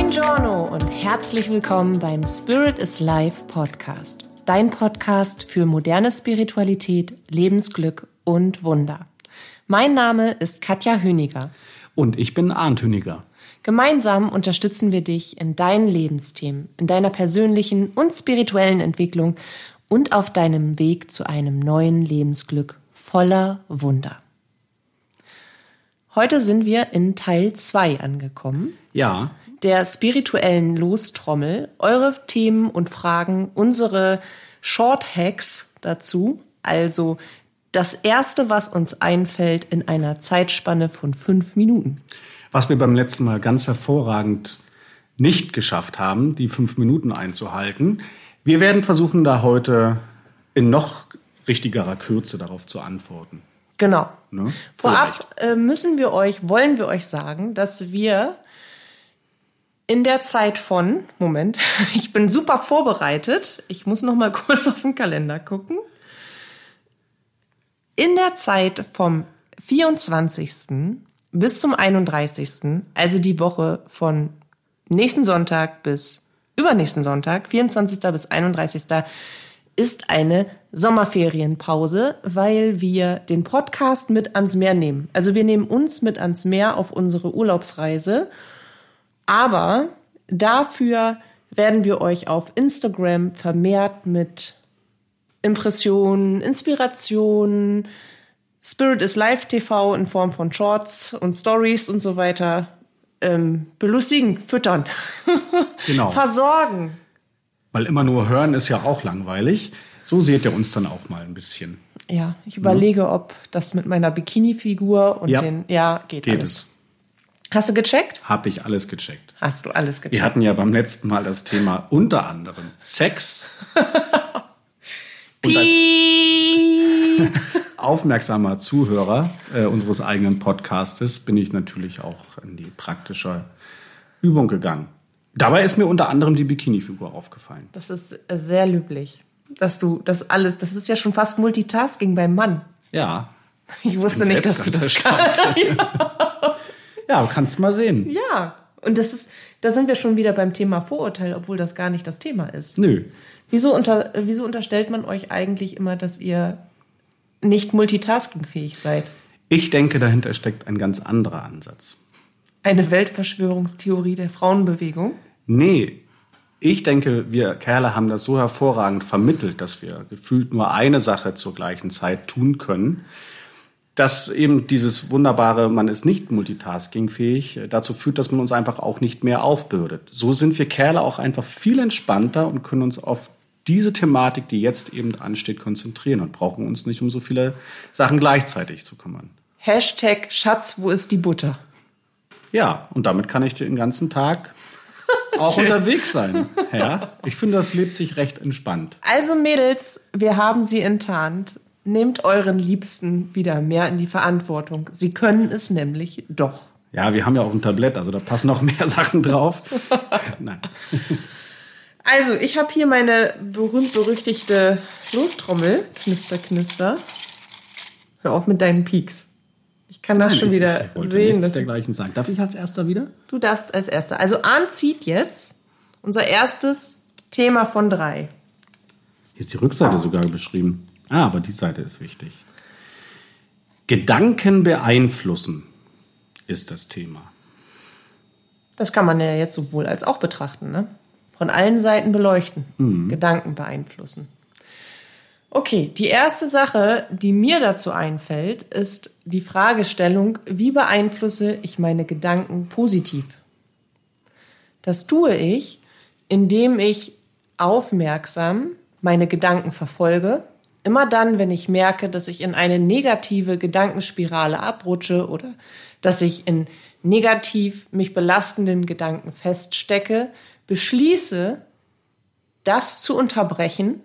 Buongiorno und herzlich willkommen beim Spirit is Life Podcast. Dein Podcast für moderne Spiritualität, Lebensglück und Wunder. Mein Name ist Katja Hüniger. Und ich bin Arndt Hüniger. Gemeinsam unterstützen wir dich in deinen Lebensthemen, in deiner persönlichen und spirituellen Entwicklung und auf deinem Weg zu einem neuen Lebensglück voller Wunder. Heute sind wir in Teil 2 angekommen. Ja. Der spirituellen Lostrommel. Eure Themen und Fragen, unsere Short Hacks dazu. Also das Erste, was uns einfällt in einer Zeitspanne von 5 Minuten. Was wir beim letzten Mal ganz hervorragend nicht geschafft haben, die 5 Minuten einzuhalten. Wir werden versuchen, da heute in noch richtigerer Kürze darauf zu antworten. Genau. Ne? Vorab wollen wir euch sagen, dass wir in der Zeit von, ich bin super vorbereitet. Ich muss noch mal kurz auf den Kalender gucken. In der Zeit vom 24. bis zum 31., also die Woche von nächsten Sonntag bis übernächsten Sonntag, 24. bis 31., ist eine Sommerferienpause, weil wir den Podcast mit ans Meer nehmen. Also wir nehmen uns mit ans Meer auf unsere Urlaubsreise. Aber dafür werden wir euch auf Instagram vermehrt mit Impressionen, Inspirationen, Spirit is Life TV in Form von Shorts und Stories und so weiter belustigen, füttern, genau. Versorgen. Weil immer nur hören ist ja auch langweilig. So seht ihr uns dann auch mal ein bisschen. Ja, ich überlege, ob das mit meiner Bikini-Figur und geht alles. Es. Hast du gecheckt? Habe ich alles gecheckt. Hast du alles gecheckt? Wir hatten ja beim letzten Mal das Thema unter anderem Sex. Und als aufmerksamer Zuhörer unseres eigenen Podcastes bin ich natürlich auch in die praktische Übung gegangen. Dabei ist mir unter anderem die Bikini-Figur aufgefallen. Das ist sehr löblich, dass du das alles, das ist ja schon fast Multitasking beim Mann. Ja. Ich wusste nicht, dass du das kannst. Ja, kannst mal sehen. Ja, und da sind wir schon wieder beim Thema Vorurteil, obwohl das gar nicht das Thema ist. Nö. Wieso unterstellt man euch eigentlich immer, dass ihr nicht multitaskingfähig seid? Ich denke, dahinter steckt ein ganz anderer Ansatz. Eine Weltverschwörungstheorie der Frauenbewegung? Nee, ich denke, wir Kerle haben das so hervorragend vermittelt, dass wir gefühlt nur eine Sache zur gleichen Zeit tun können, dass eben dieses wunderbare, man ist nicht multitaskingfähig, dazu führt, dass man uns einfach auch nicht mehr aufbürdet. So sind wir Kerle auch einfach viel entspannter und können uns auf diese Thematik, die jetzt eben ansteht, konzentrieren und brauchen uns nicht um so viele Sachen gleichzeitig zu kümmern. Hashtag Schatz, wo ist die Butter? Ja, und damit kann ich den ganzen Tag auch unterwegs sein. Ja, ich finde, das lebt sich recht entspannt. Also Mädels, wir haben sie enttarnt. Nehmt euren Liebsten wieder mehr in die Verantwortung. Sie können es nämlich doch. Ja, wir haben ja auch ein Tablett, also da passen noch mehr Sachen drauf. Nein. Also, ich habe hier meine berühmt-berüchtigte Lostrommel. Knister, knister. Hör auf mit deinen Peaks. Ich kann das schon wieder ich wollte sehen. Nichts dergleichen sagen. Darf ich als Erster wieder? Du darfst als Erster. Also, Arndt zieht jetzt unser erstes Thema von 3. Hier ist die Rückseite sogar beschrieben. Aber die Seite ist wichtig. Gedanken beeinflussen ist das Thema. Das kann man ja jetzt sowohl als auch betrachten, ne? Von allen Seiten beleuchten. Gedanken beeinflussen. Okay, die erste Sache, die mir dazu einfällt, ist die Fragestellung, wie beeinflusse ich meine Gedanken positiv? Das tue ich, indem ich aufmerksam meine Gedanken verfolge. Immer dann, wenn ich merke, dass ich in eine negative Gedankenspirale abrutsche oder dass ich in negativ mich belastenden Gedanken feststecke, beschließe, das zu unterbrechen,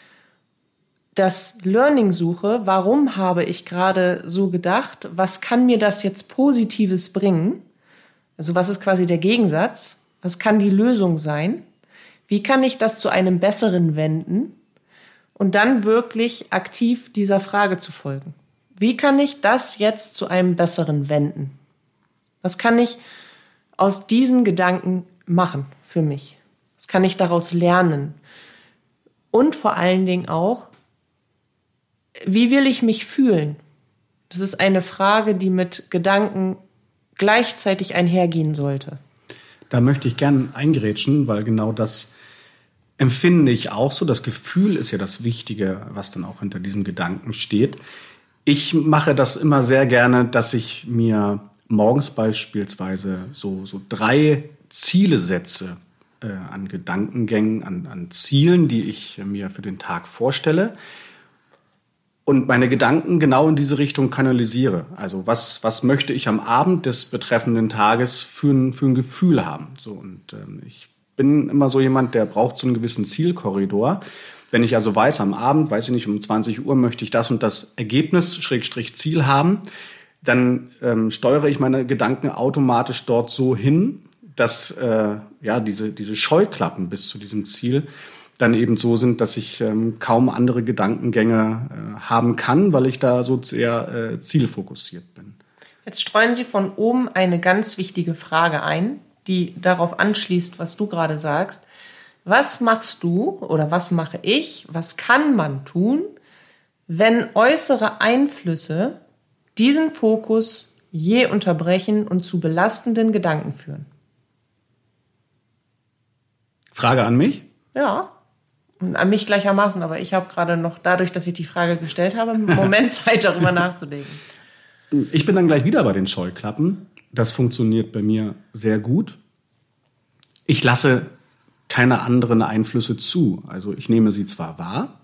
das Learning suche, warum habe ich gerade so gedacht, was kann mir das jetzt Positives bringen? Also was ist quasi der Gegensatz? Was kann die Lösung sein? Wie kann ich das zu einem Besseren wenden? Und dann wirklich aktiv dieser Frage zu folgen. Wie kann ich das jetzt zu einem Besseren wenden? Was kann ich aus diesen Gedanken machen für mich? Was kann ich daraus lernen? Und vor allen Dingen auch, wie will ich mich fühlen? Das ist eine Frage, die mit Gedanken gleichzeitig einhergehen sollte. Da möchte ich gern eingerätschen, weil genau das empfinde ich auch so. Das Gefühl ist ja das Wichtige, was dann auch hinter diesem Gedanken steht. Ich mache das immer sehr gerne, dass ich mir morgens beispielsweise so 3 Ziele setze an Gedankengängen, an Zielen, die ich mir für den Tag vorstelle. Und meine Gedanken genau in diese Richtung kanalisiere. Also was möchte ich am Abend des betreffenden Tages für ein Gefühl haben? So, und ich bin immer so jemand, der braucht so einen gewissen Zielkorridor. Wenn ich also weiß, am Abend, weiß ich nicht, um 20 Uhr möchte ich das und das Ergebnis, Ziel haben, dann steuere ich meine Gedanken automatisch dort so hin, dass diese Scheuklappen bis zu diesem Ziel dann eben so sind, dass ich kaum andere Gedankengänge haben kann, weil ich da so sehr zielfokussiert bin. Jetzt streuen Sie von oben eine ganz wichtige Frage ein, die darauf anschließt, was du gerade sagst. Was machst du oder was mache ich, was kann man tun, wenn äußere Einflüsse diesen Fokus je unterbrechen und zu belastenden Gedanken führen? Frage an mich? Ja, und an mich gleichermaßen, aber ich habe gerade noch, dadurch, dass ich die Frage gestellt habe, einen Moment Zeit, darüber nachzudenken. Ich bin dann gleich wieder bei den Scheuklappen. Das funktioniert bei mir sehr gut. Ich lasse keine anderen Einflüsse zu. Also ich nehme sie zwar wahr,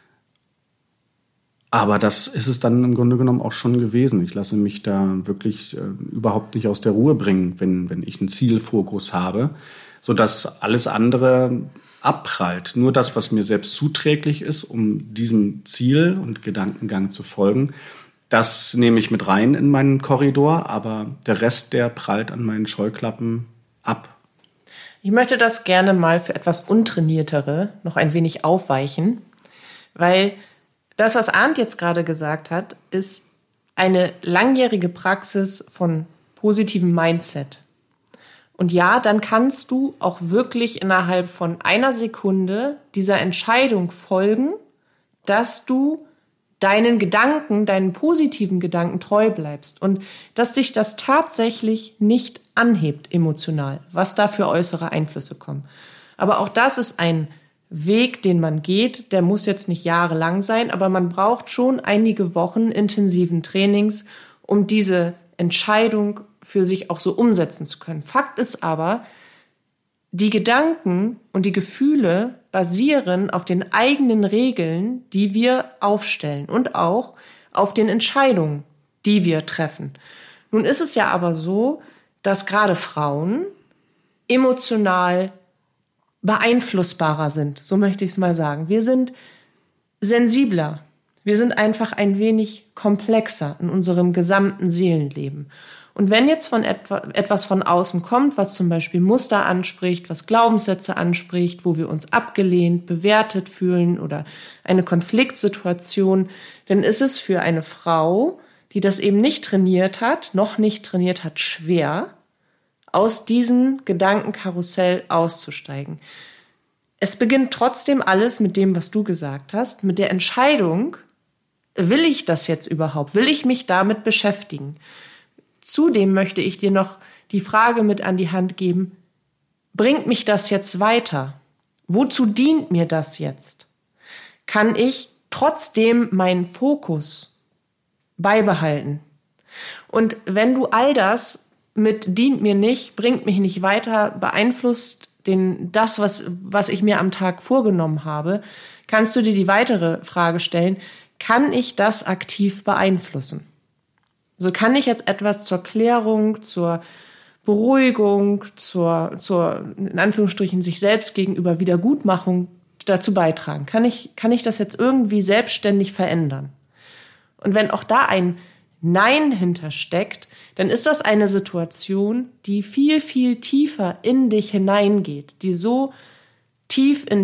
aber das ist es dann im Grunde genommen auch schon gewesen. Ich lasse mich da wirklich überhaupt nicht aus der Ruhe bringen, wenn ich einen Zielfokus habe, sodass alles andere abprallt. Nur das, was mir selbst zuträglich ist, um diesem Ziel und Gedankengang zu folgen, das nehme ich mit rein in meinen Korridor, aber der Rest, der prallt an meinen Scheuklappen ab. Ich möchte das gerne mal für etwas Untrainiertere noch ein wenig aufweichen, weil das, was Arndt jetzt gerade gesagt hat, ist eine langjährige Praxis von positivem Mindset. Und ja, dann kannst du auch wirklich innerhalb von einer Sekunde dieser Entscheidung folgen, dass du deinen Gedanken, deinen positiven Gedanken treu bleibst und dass dich das tatsächlich nicht anhebt emotional, was da für äußere Einflüsse kommen. Aber auch das ist ein Weg, den man geht, der muss jetzt nicht jahrelang sein, aber man braucht schon einige Wochen intensiven Trainings, um diese Entscheidung für sich auch so umsetzen zu können. Fakt ist aber, die Gedanken und die Gefühle basieren auf den eigenen Regeln, die wir aufstellen und auch auf den Entscheidungen, die wir treffen. Nun ist es ja aber so, dass gerade Frauen emotional beeinflussbarer sind, so möchte ich es mal sagen. Wir sind sensibler, wir sind einfach ein wenig komplexer in unserem gesamten Seelenleben. Und wenn jetzt von etwas von außen kommt, was zum Beispiel Muster anspricht, was Glaubenssätze anspricht, wo wir uns abgelehnt, bewertet fühlen oder eine Konfliktsituation, dann ist es für eine Frau, die das eben nicht trainiert hat, noch nicht trainiert hat, schwer, aus diesem Gedankenkarussell auszusteigen. Es beginnt trotzdem alles mit dem, was du gesagt hast, mit der Entscheidung, will ich das jetzt überhaupt? Will ich mich damit beschäftigen? Zudem möchte ich dir noch die Frage mit an die Hand geben, bringt mich das jetzt weiter? Wozu dient mir das jetzt? Kann ich trotzdem meinen Fokus beibehalten? Und wenn du all das mit dient mir nicht, bringt mich nicht weiter, beeinflusst das, was ich mir am Tag vorgenommen habe, kannst du dir die weitere Frage stellen, kann ich das aktiv beeinflussen? Also kann ich jetzt etwas zur Klärung, zur Beruhigung, zur in Anführungsstrichen sich selbst gegenüber Wiedergutmachung dazu beitragen? Kann ich das jetzt irgendwie selbstständig verändern? Und wenn auch da ein Nein hintersteckt, dann ist das eine Situation, die viel, viel tiefer in dich hineingeht, die so tief in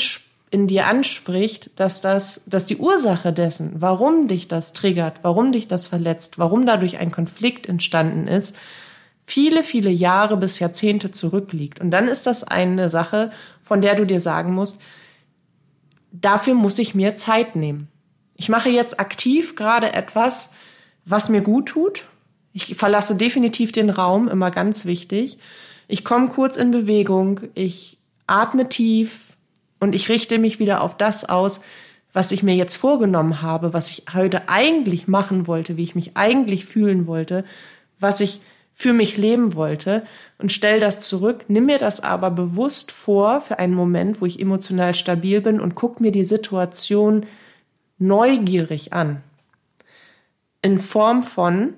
dir anspricht, dass die Ursache dessen, warum dich das triggert, warum dich das verletzt, warum dadurch ein Konflikt entstanden ist, viele, viele Jahre bis Jahrzehnte zurückliegt. Und dann ist das eine Sache, von der du dir sagen musst, dafür muss ich mir Zeit nehmen. Ich mache jetzt aktiv gerade etwas, was mir gut tut. Ich verlasse definitiv den Raum, immer ganz wichtig. Ich komme kurz in Bewegung, ich atme tief und ich richte mich wieder auf das aus, was ich mir jetzt vorgenommen habe, was ich heute eigentlich machen wollte, wie ich mich eigentlich fühlen wollte, was ich für mich leben wollte und stell das zurück, nimm mir das aber bewusst vor für einen Moment, wo ich emotional stabil bin und guck mir die Situation neugierig an. In Form von,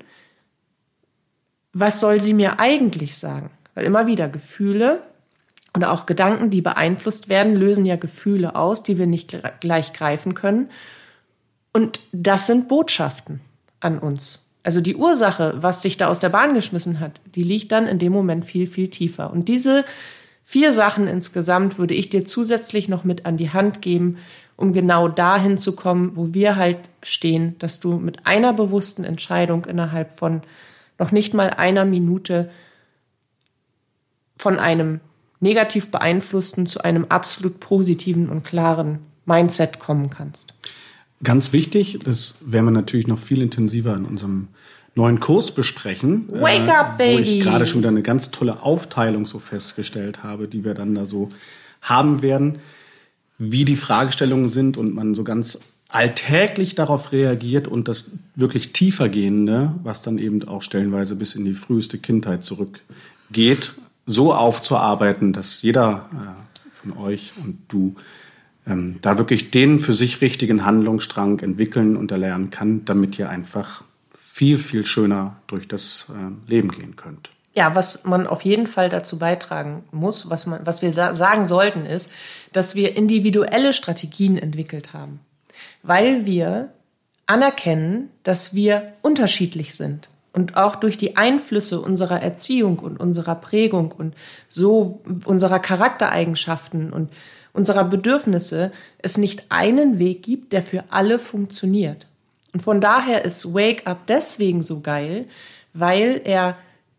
was soll sie mir eigentlich sagen? Weil immer wieder Gefühle oder auch Gedanken, die beeinflusst werden, lösen ja Gefühle aus, die wir nicht gleich greifen können. Und das sind Botschaften an uns. Also die Ursache, was sich da aus der Bahn geschmissen hat, die liegt dann in dem Moment viel, viel tiefer. Und diese 4 Sachen insgesamt würde ich dir zusätzlich noch mit an die Hand geben, um genau dahin zu kommen, wo wir halt stehen, dass du mit einer bewussten Entscheidung innerhalb von noch nicht mal einer Minute von einem negativ beeinflussten zu einem absolut positiven und klaren Mindset kommen kannst. Ganz wichtig, das werden wir natürlich noch viel intensiver in unserem neuen Kurs besprechen. Wake up, Baby! Wo ich gerade schon wieder eine ganz tolle Aufteilung so festgestellt habe, die wir dann da so haben werden, wie die Fragestellungen sind und man so ganz alltäglich darauf reagiert und das wirklich tiefergehende, was dann eben auch stellenweise bis in die früheste Kindheit zurückgeht, so aufzuarbeiten, dass jeder von euch und du da wirklich den für sich richtigen Handlungsstrang entwickeln und erlernen kann, damit ihr einfach viel, viel schöner durch das Leben gehen könnt. Ja, was man auf jeden Fall dazu beitragen muss, was wir sagen sollten, ist, dass wir individuelle Strategien entwickelt haben, weil wir anerkennen, dass wir unterschiedlich sind. Und auch durch die Einflüsse unserer Erziehung und unserer Prägung und so unserer Charaktereigenschaften und unserer Bedürfnisse es nicht einen Weg gibt, der für alle funktioniert. Und von daher ist Wake Up deswegen so geil, weil er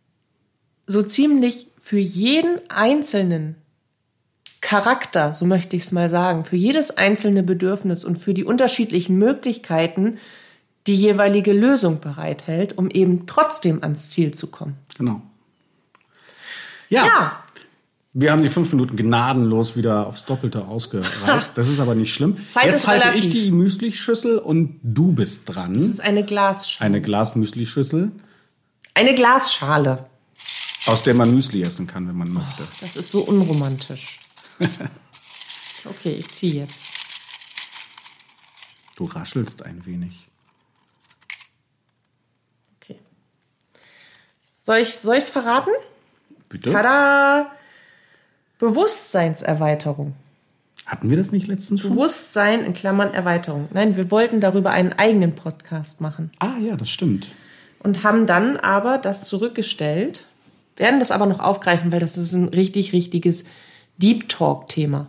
so ziemlich für jeden einzelnen Charakter, so möchte ich es mal sagen, für jedes einzelne Bedürfnis und für die unterschiedlichen Möglichkeiten die jeweilige Lösung bereithält, um eben trotzdem ans Ziel zu kommen. Genau. Ja. Wir haben die 5 Minuten gnadenlos wieder aufs Doppelte ausgereizt. Das ist aber nicht schlimm. Jetzt halte ich die Müslischüssel und du bist dran. Das ist eine Glasschale. Eine Glasmüslischüssel. Eine Glasschale. Aus der man Müsli essen kann, wenn man möchte. Das ist so unromantisch. Okay, ich ziehe jetzt. Du raschelst ein wenig. Okay. Soll ich's verraten? Bitte? Tada! Bewusstseinserweiterung. Hatten wir das nicht letztens schon? Bewusstsein in Klammern Erweiterung. Nein, wir wollten darüber einen eigenen Podcast machen. Ah ja, das stimmt. Und haben dann aber das zurückgestellt, werden das aber noch aufgreifen, weil das ist ein richtiges Deep Talk-Thema.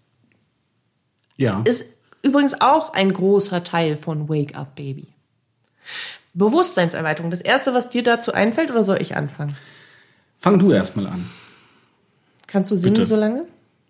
Ja. Ist übrigens auch ein großer Teil von Wake Up Baby. Bewusstseinserweiterung. Das Erste, was dir dazu einfällt, oder soll ich anfangen? Fang du erst mal an. Kannst du singen Bitte. so lange?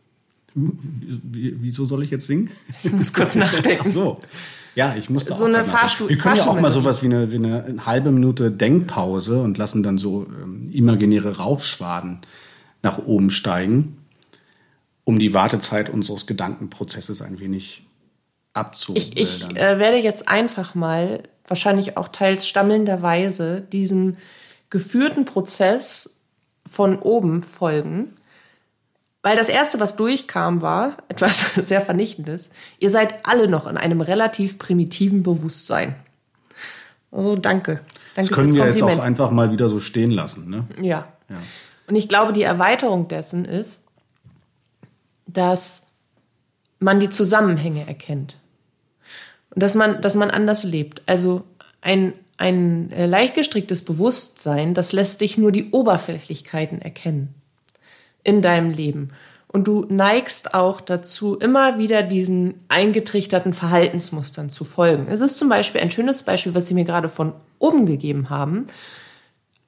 Wieso soll ich jetzt singen? Ich muss kurz nachdenken. Ach so. Ja, ich musste So auch eine gerade nachdenken. Fahrstuhl. Wir können ja auch mal sowas wie eine halbe Minute Denkpause und lassen dann so imaginäre Rauchschwaden nach oben steigen, um die Wartezeit unseres Gedankenprozesses ein wenig abzuwäldern. Ich werde jetzt einfach mal, wahrscheinlich auch teils stammelnderweise, diesem geführten Prozess von oben folgen. Weil das Erste, was durchkam, war etwas sehr Vernichtendes. Ihr seid alle noch in einem relativ primitiven Bewusstsein. Also danke. Das können wir jetzt auch einfach mal wieder so stehen lassen. Ne? Ja. Und ich glaube, die Erweiterung dessen ist, dass man die Zusammenhänge erkennt. Und dass man anders lebt. Also ein leicht gestricktes Bewusstsein, das lässt dich nur die Oberflächlichkeiten erkennen in deinem Leben. Und du neigst auch dazu, immer wieder diesen eingetrichterten Verhaltensmustern zu folgen. Es ist zum Beispiel ein schönes Beispiel, was Sie mir gerade von oben gegeben haben.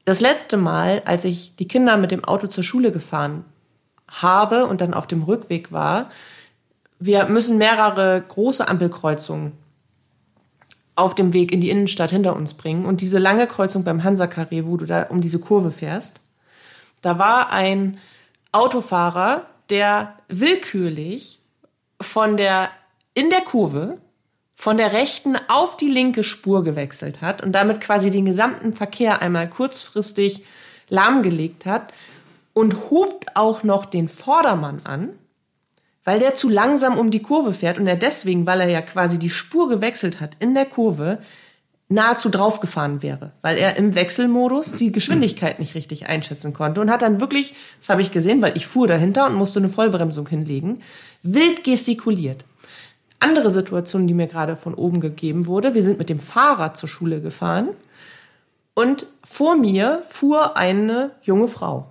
Das letzte Mal, als ich die Kinder mit dem Auto zur Schule gefahren habe und dann auf dem Rückweg war, wir müssen mehrere große Ampelkreuzungen auf dem Weg in die Innenstadt hinter uns bringen. Und diese lange Kreuzung beim Hansa-Karree, wo du da um diese Kurve fährst, da war ein Autofahrer, der willkürlich in der Kurve von der rechten auf die linke Spur gewechselt hat und damit quasi den gesamten Verkehr einmal kurzfristig lahmgelegt hat und hupt auch noch den Vordermann an, weil der zu langsam um die Kurve fährt und er deswegen, weil er ja quasi die Spur gewechselt hat in der Kurve, nahezu draufgefahren wäre, weil er im Wechselmodus die Geschwindigkeit nicht richtig einschätzen konnte und hat dann wirklich, das habe ich gesehen, weil ich fuhr dahinter und musste eine Vollbremsung hinlegen, wild gestikuliert. Andere Situation, die mir gerade von oben gegeben wurde, wir sind mit dem Fahrrad zur Schule gefahren und vor mir fuhr eine junge Frau.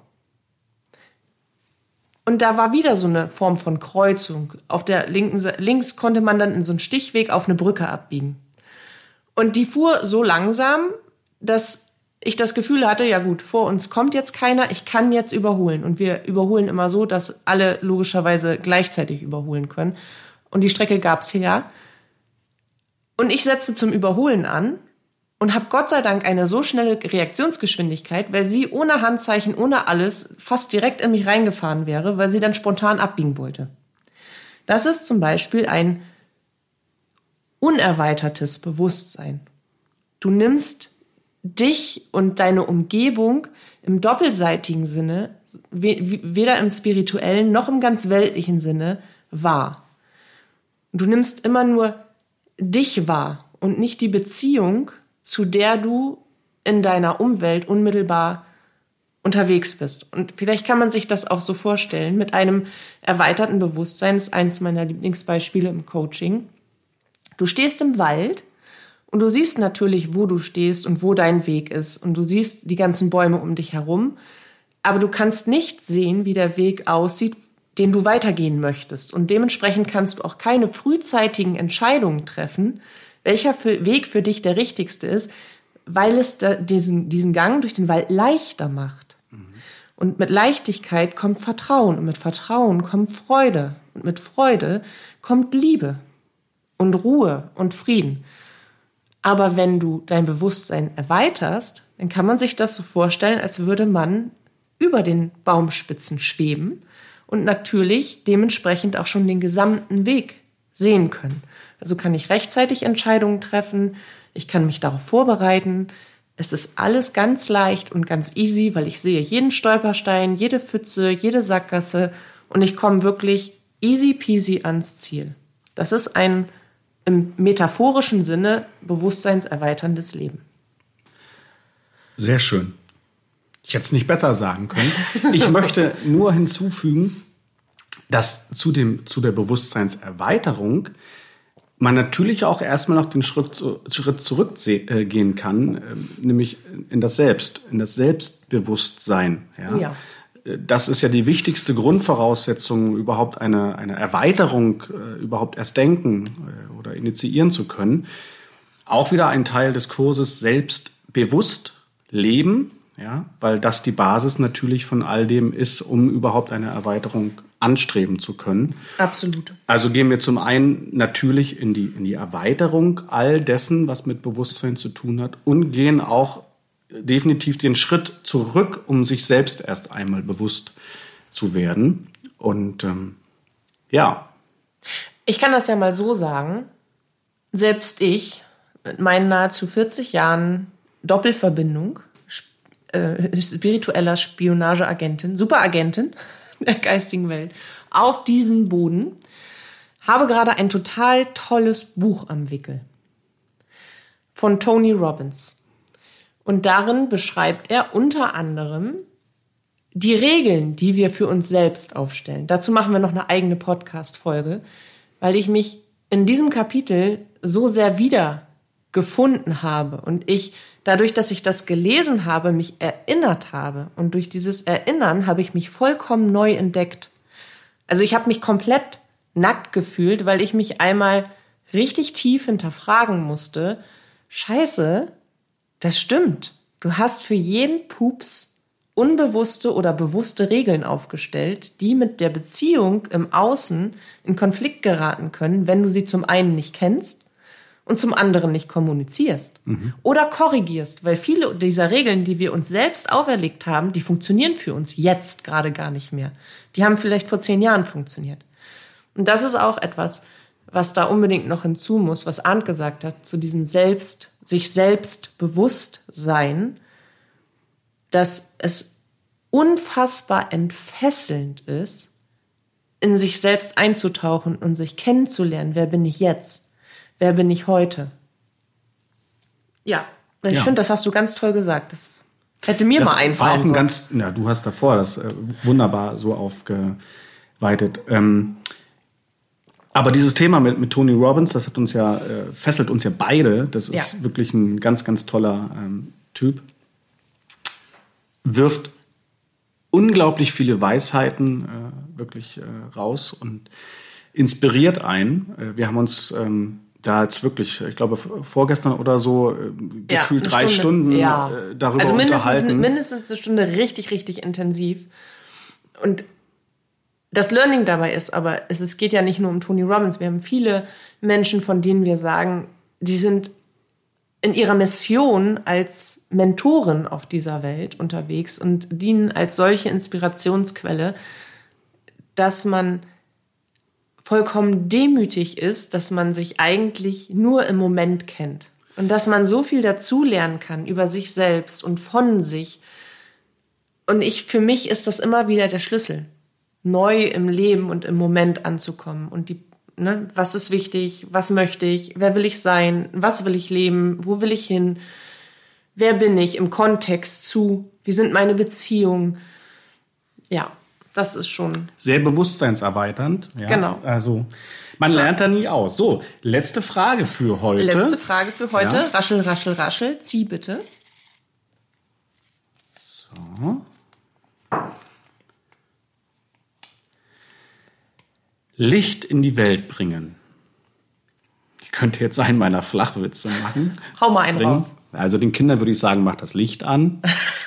Und da war wieder so eine Form von Kreuzung. Auf der linken Seite, links konnte man dann in so einen Stichweg auf eine Brücke abbiegen. Und die fuhr so langsam, dass ich das Gefühl hatte, ja gut, vor uns kommt jetzt keiner, ich kann jetzt überholen. Und wir überholen immer so, dass alle logischerweise gleichzeitig überholen können. Und die Strecke gab's her. Und ich setzte zum Überholen an und habe Gott sei Dank eine so schnelle Reaktionsgeschwindigkeit, weil sie ohne Handzeichen, ohne alles fast direkt in mich reingefahren wäre, weil sie dann spontan abbiegen wollte. Das ist zum Beispiel ein unerweitertes Bewusstsein. Du nimmst dich und deine Umgebung im doppelseitigen Sinne, weder im spirituellen noch im ganz weltlichen Sinne, wahr. Du nimmst immer nur dich wahr und nicht die Beziehung, zu der du in deiner Umwelt unmittelbar unterwegs bist. Und vielleicht kann man sich das auch so vorstellen, mit einem erweiterten Bewusstsein, das ist eines meiner Lieblingsbeispiele im Coaching. Du stehst im Wald und du siehst natürlich, wo du stehst und wo dein Weg ist. Und du siehst die ganzen Bäume um dich herum, aber du kannst nicht sehen, wie der Weg aussieht, den du weitergehen möchtest. Und dementsprechend kannst du auch keine frühzeitigen Entscheidungen treffen, welcher Weg für dich der richtigste ist, weil es diesen Gang durch den Wald leichter macht. Und mit Leichtigkeit kommt Vertrauen und mit Vertrauen kommt Freude und mit Freude kommt Liebe und Ruhe und Frieden. Aber wenn du dein Bewusstsein erweiterst, dann kann man sich das so vorstellen, als würde man über den Baumspitzen schweben und natürlich dementsprechend auch schon den gesamten Weg sehen können. Also kann ich rechtzeitig Entscheidungen treffen, ich kann mich darauf vorbereiten. Es ist alles ganz leicht und ganz easy, weil ich sehe jeden Stolperstein, jede Pfütze, jede Sackgasse und ich komme wirklich easy peasy ans Ziel. Das ist ein im metaphorischen Sinne bewusstseinserweiterndes Leben. Sehr schön. Ich hätte es nicht besser sagen können. Ich möchte nur hinzufügen, dass zu der Bewusstseinserweiterung man natürlich auch erstmal noch den Schritt zurückgehen kann, nämlich in das Selbst, in das Selbstbewusstsein. Ja? Ja. Das ist ja die wichtigste Grundvoraussetzung, überhaupt eine Erweiterung überhaupt erst denken oder initiieren zu können. Auch wieder ein Teil des Kurses selbstbewusst leben, ja, weil das die Basis natürlich von all dem ist, um überhaupt eine Erweiterung anstreben zu können. Absolut. Also gehen wir zum einen natürlich in die Erweiterung all dessen, was mit Bewusstsein zu tun hat, und gehen auch definitiv den Schritt zurück, um sich selbst erst einmal bewusst zu werden. Und ja. Ich kann das ja mal so sagen. Selbst ich, mit meinen nahezu 40 Jahren Doppelverbindung, spiritueller Spionageagentin, Superagentin der geistigen Welt, auf diesem Boden, habe gerade ein total tolles Buch am Wickel von Tony Robbins. Und darin beschreibt er unter anderem die Regeln, die wir für uns selbst aufstellen. Dazu machen wir noch eine eigene Podcast-Folge, weil ich mich in diesem Kapitel so sehr wiedergefunden habe und ich dadurch, dass ich das gelesen habe, mich erinnert habe. Und durch dieses Erinnern habe ich mich vollkommen neu entdeckt. Also ich habe mich komplett nackt gefühlt, weil ich mich einmal richtig tief hinterfragen musste. Scheiße, das stimmt. Du hast für jeden Pups unbewusste oder bewusste Regeln aufgestellt, die mit der Beziehung im Außen in Konflikt geraten können, wenn du sie zum einen nicht kennst und zum anderen nicht kommunizierst oder korrigierst, weil viele dieser Regeln, die wir uns selbst auferlegt haben, die funktionieren für uns jetzt gerade gar nicht mehr. Die haben vielleicht vor 10 Jahren funktioniert. Und das ist auch etwas, was da unbedingt noch hinzu muss, was Arndt gesagt hat, zu diesem sich selbst bewusst sein, dass es unfassbar entfesselnd ist, in sich selbst einzutauchen und sich kennenzulernen. Wer bin ich jetzt? Wer bin ich heute? Ja, ich finde, das hast du ganz toll gesagt. Das hätte mir mal einfallen sollen. Du hast davor das wunderbar so aufgeweitet. Aber dieses Thema mit Tony Robbins, das hat uns fesselt uns ja beide. Das ist wirklich ein ganz, ganz toller Typ. Wirft unglaublich viele Weisheiten wirklich raus und inspiriert einen. Wir haben uns da jetzt wirklich, ich glaube, vorgestern oder so gefühlt 3 Stunden darüber unterhalten. Mindestens eine Stunde richtig, richtig intensiv. Und das Learning dabei ist aber, es geht ja nicht nur um Tony Robbins. Wir haben viele Menschen, von denen wir sagen, die sind in ihrer Mission als Mentoren auf dieser Welt unterwegs und dienen als solche Inspirationsquelle, dass man vollkommen demütig ist, dass man sich eigentlich nur im Moment kennt und dass man so viel dazulernen kann über sich selbst und von sich. Und für mich ist das immer wieder der Schlüssel, neu im Leben und im Moment anzukommen und was ist wichtig, was möchte ich, wer will ich sein, was will ich leben, wo will ich hin, wer bin ich im Kontext zu, wie sind meine Beziehungen. Ja, das ist schon sehr bewusstseinserweiternd. Ja? Genau. Also man lernt da nie aus. So, letzte Frage für heute. Ja. Raschel, raschel, raschel. Zieh bitte. So. Licht in die Welt bringen. Ich könnte jetzt einen meiner Flachwitze machen. Hau mal einen raus. Also den Kindern würde ich sagen, macht das Licht an.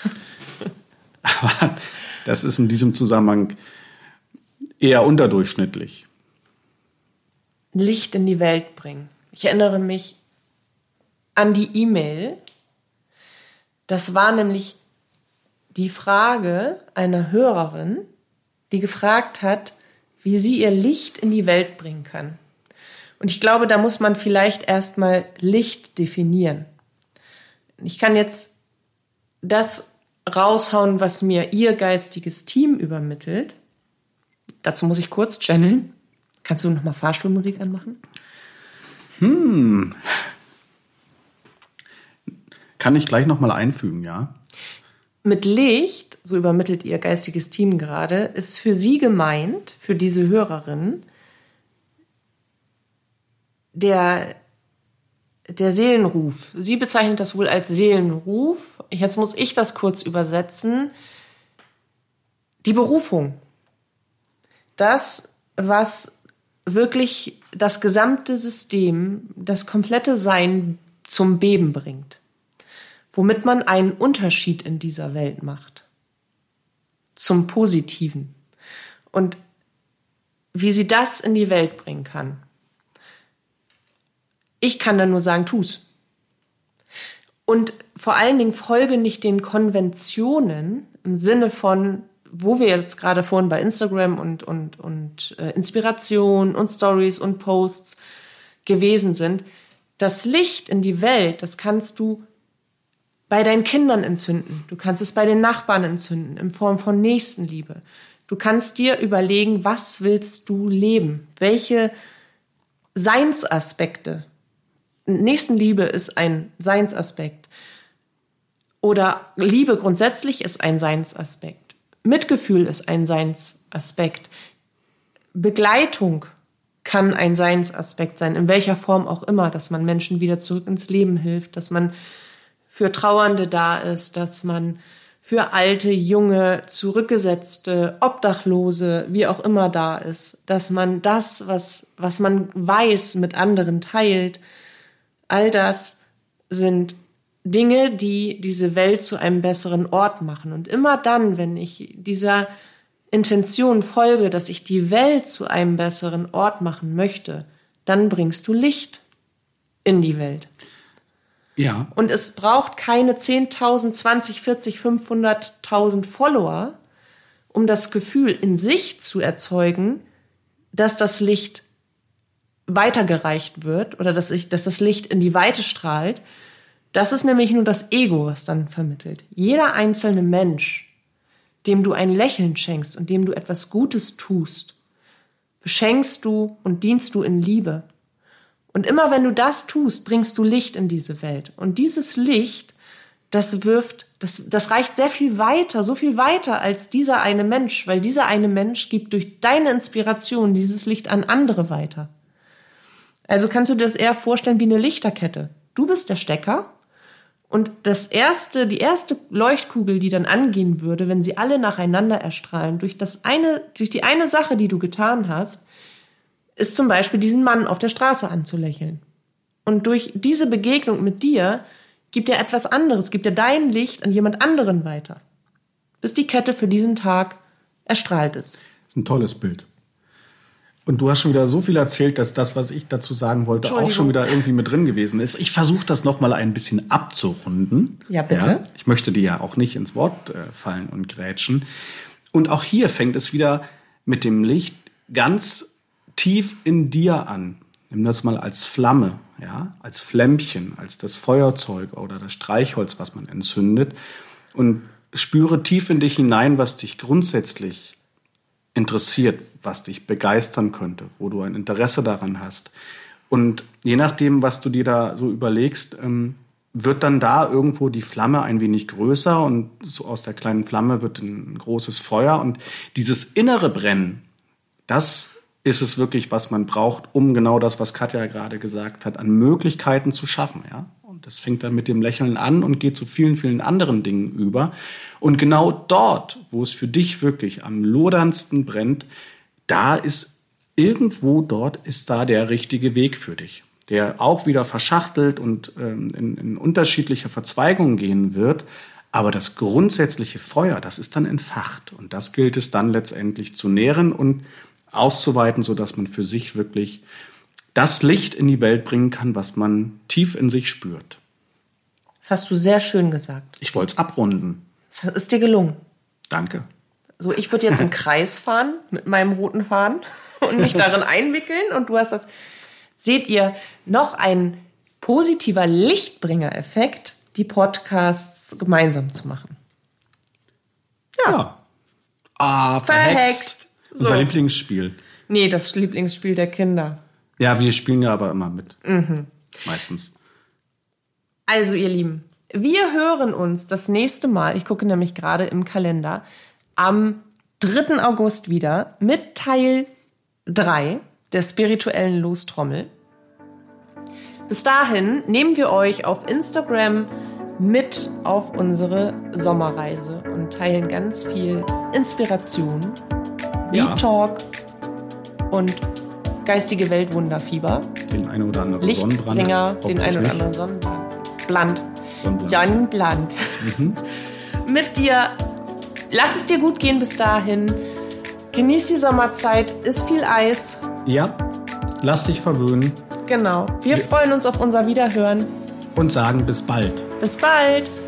Aber das ist in diesem Zusammenhang eher unterdurchschnittlich. Licht in die Welt bringen. Ich erinnere mich an die E-Mail. Das war nämlich die Frage einer Hörerin, die gefragt hat, wie sie ihr Licht in die Welt bringen kann. Und ich glaube, da muss man vielleicht erstmal Licht definieren. Ich kann jetzt das raushauen, was mir ihr geistiges Team übermittelt. Dazu muss ich kurz channeln. Kannst du nochmal Fahrstuhlmusik anmachen? Kann ich gleich nochmal einfügen, ja? Mit Licht, so übermittelt ihr geistiges Team gerade, ist für sie gemeint, für diese Hörerin, der Seelenruf. Sie bezeichnet das wohl als Seelenruf. Jetzt muss ich das kurz übersetzen. Die Berufung. Das, was wirklich das gesamte System, das komplette Sein zum Beben bringt. Womit man einen Unterschied in dieser Welt macht. Zum Positiven. Und wie sie das in die Welt bringen kann. Ich kann dann nur sagen, tu's. Und vor allen Dingen folge nicht den Konventionen im Sinne von, wo wir jetzt gerade vorhin bei Instagram und Inspiration und Stories und Posts gewesen sind. Das Licht in die Welt, das kannst du bei deinen Kindern entzünden. Du kannst es bei den Nachbarn entzünden, in Form von Nächstenliebe. Du kannst dir überlegen, was willst du leben? Welche Seinsaspekte? Nächstenliebe ist ein Seinsaspekt. Oder Liebe grundsätzlich ist ein Seinsaspekt. Mitgefühl ist ein Seinsaspekt. Begleitung kann ein Seinsaspekt sein, in welcher Form auch immer, dass man Menschen wieder zurück ins Leben hilft, dass man für Trauernde da ist, dass man für alte, junge, zurückgesetzte, Obdachlose, wie auch immer da ist, dass man das, was man weiß, mit anderen teilt. All das sind Dinge, die diese Welt zu einem besseren Ort machen. Und immer dann, wenn ich dieser Intention folge, dass ich die Welt zu einem besseren Ort machen möchte, dann bringst du Licht in die Welt. Ja. Und es braucht keine 10.000, 20, 40, 500.000 Follower, um das Gefühl in sich zu erzeugen, dass das Licht weitergereicht wird oder dass das Licht in die Weite strahlt. Das ist nämlich nur das Ego, was dann vermittelt. Jeder einzelne Mensch, dem du ein Lächeln schenkst und dem du etwas Gutes tust, beschenkst du und dienst du in Liebe. Und immer wenn du das tust, bringst du Licht in diese Welt. Und dieses Licht, das reicht sehr viel weiter, so viel weiter als dieser eine Mensch, weil dieser eine Mensch gibt durch deine Inspiration dieses Licht an andere weiter. Also kannst du dir das eher vorstellen wie eine Lichterkette. Du bist der Stecker und die erste Leuchtkugel, die dann angehen würde, wenn sie alle nacheinander erstrahlen, durch die eine Sache, die du getan hast, ist zum Beispiel diesen Mann auf der Straße anzulächeln. Und durch diese Begegnung mit dir gibt er etwas anderes, gibt er dein Licht an jemand anderen weiter, bis die Kette für diesen Tag erstrahlt ist. Das ist ein tolles Bild. Und du hast schon wieder so viel erzählt, dass das, was ich dazu sagen wollte, auch schon wieder irgendwie mit drin gewesen ist. Ich versuche das nochmal ein bisschen abzurunden. Ja, bitte. Ja, ich möchte dir ja auch nicht ins Wort fallen und grätschen. Und auch hier fängt es wieder mit dem Licht ganz tief in dir an. Nimm das mal als Flamme, ja, als Flämmchen, als das Feuerzeug oder das Streichholz, was man entzündet. Und spüre tief in dich hinein, was dich grundsätzlich interessiert, was dich begeistern könnte, wo du ein Interesse daran hast. Und je nachdem, was du dir da so überlegst, wird dann da irgendwo die Flamme ein wenig größer und so aus der kleinen Flamme wird ein großes Feuer. Und dieses innere Brennen, das ist es wirklich, was man braucht, um genau das, was Katja gerade gesagt hat, an Möglichkeiten zu schaffen. Ja? Und das fängt dann mit dem Lächeln an und geht zu vielen, vielen anderen Dingen über. Und genau dort, wo es für dich wirklich am loderndsten brennt, da ist da der richtige Weg für dich, der auch wieder verschachtelt und in unterschiedliche Verzweigungen gehen wird. Aber das grundsätzliche Feuer, das ist dann entfacht. Und das gilt es dann letztendlich zu nähren und auszuweiten, sodass man für sich wirklich das Licht in die Welt bringen kann, was man tief in sich spürt. Das hast du sehr schön gesagt. Ich wollte es abrunden. Das ist dir gelungen. Danke. So, ich würde jetzt im Kreis fahren mit meinem roten Faden und mich darin einwickeln und du hast das. Seht ihr, noch ein positiver Lichtbringer-Effekt, die Podcasts gemeinsam zu machen. Ja. Verhext. So. Unser Lieblingsspiel. Nee, das Lieblingsspiel der Kinder. Ja, wir spielen ja aber immer mit. Meistens. Also, ihr Lieben, wir hören uns das nächste Mal, ich gucke nämlich gerade im Kalender, am 3. August wieder mit Teil 3 der spirituellen Lostrommel. Bis dahin nehmen wir euch auf Instagram mit auf unsere Sommerreise und teilen ganz viel Inspiration, Deep Talk und geistige Weltwunderfieber. Den einen oder anderen Lichtbringer, den einen oder anderen Sonnenbrand. Sonnenbrand. Mit dir. Lass es dir gut gehen bis dahin. Genieß die Sommerzeit. Isst viel Eis. Ja, lass dich verwöhnen. Genau. Wir freuen uns auf unser Wiederhören. Und sagen bis bald. Bis bald.